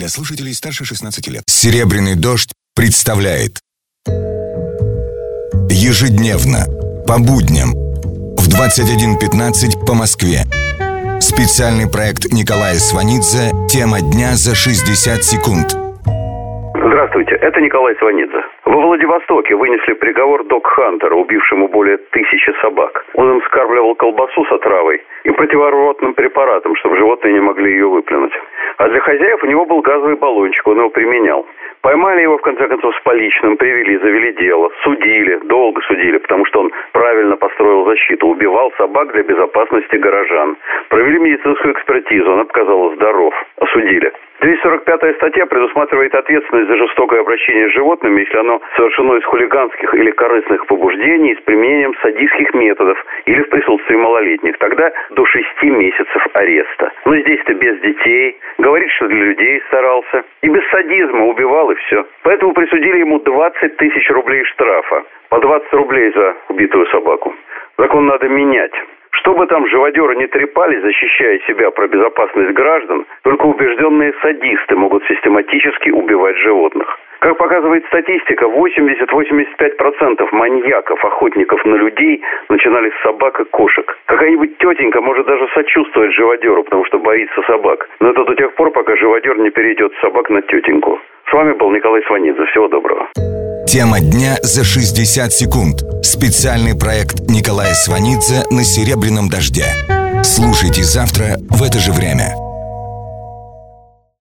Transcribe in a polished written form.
Для слушателей старше 16 лет. «Серебряный дождь» представляет ежедневно, по будням, в 21:15 по Москве. Специальный проект Николая Сванидзе «Тема дня за 60 секунд». Здравствуйте, это Николай Сванидзе. Во Владивостоке вынесли приговор дог-хантера, убившему более 1000 собак. Он им скармливал колбасу с отравой и противорвотным препаратом, чтобы животные не могли ее выплюнуть. А для хозяев у него был газовый баллончик, он его применял. Поймали его, в конце концов, с поличным, привели, завели дело, судили, долго судили, потому что он правильно построил защиту, убивал собак для безопасности горожан. Провели медицинскую экспертизу, она показала здоров, осудили. 245-я статья предусматривает ответственность за жестокое обращение с животными, если оно совершено из хулиганских или корыстных побуждений, с применением садистских методов или в присутствии малолетних. Тогда до 6 месяцев ареста. Но здесь-то без детей, говорит, что для людей старался. И без садизма убивал, и все. Поэтому присудили ему 20 000 рублей штрафа. По 20 рублей за убитую собаку. Закон надо менять. Что бы там живодеры не трепали, защищая себя про безопасность граждан, только убежденные садисты могут систематически убивать животных. Как показывает статистика, 80-85% маньяков, охотников на людей начинали с собак и кошек. Какая-нибудь тетенька может даже сочувствовать живодеру, потому что боится собак. Но это до тех пор, пока живодер не перейдет с собак на тетеньку. С вами был Николай Сванидзе. Всего доброго. Тема дня за 60 секунд. Специальный проект Николая Сванидзе на «Серебряном дожде». Слушайте завтра в это же время.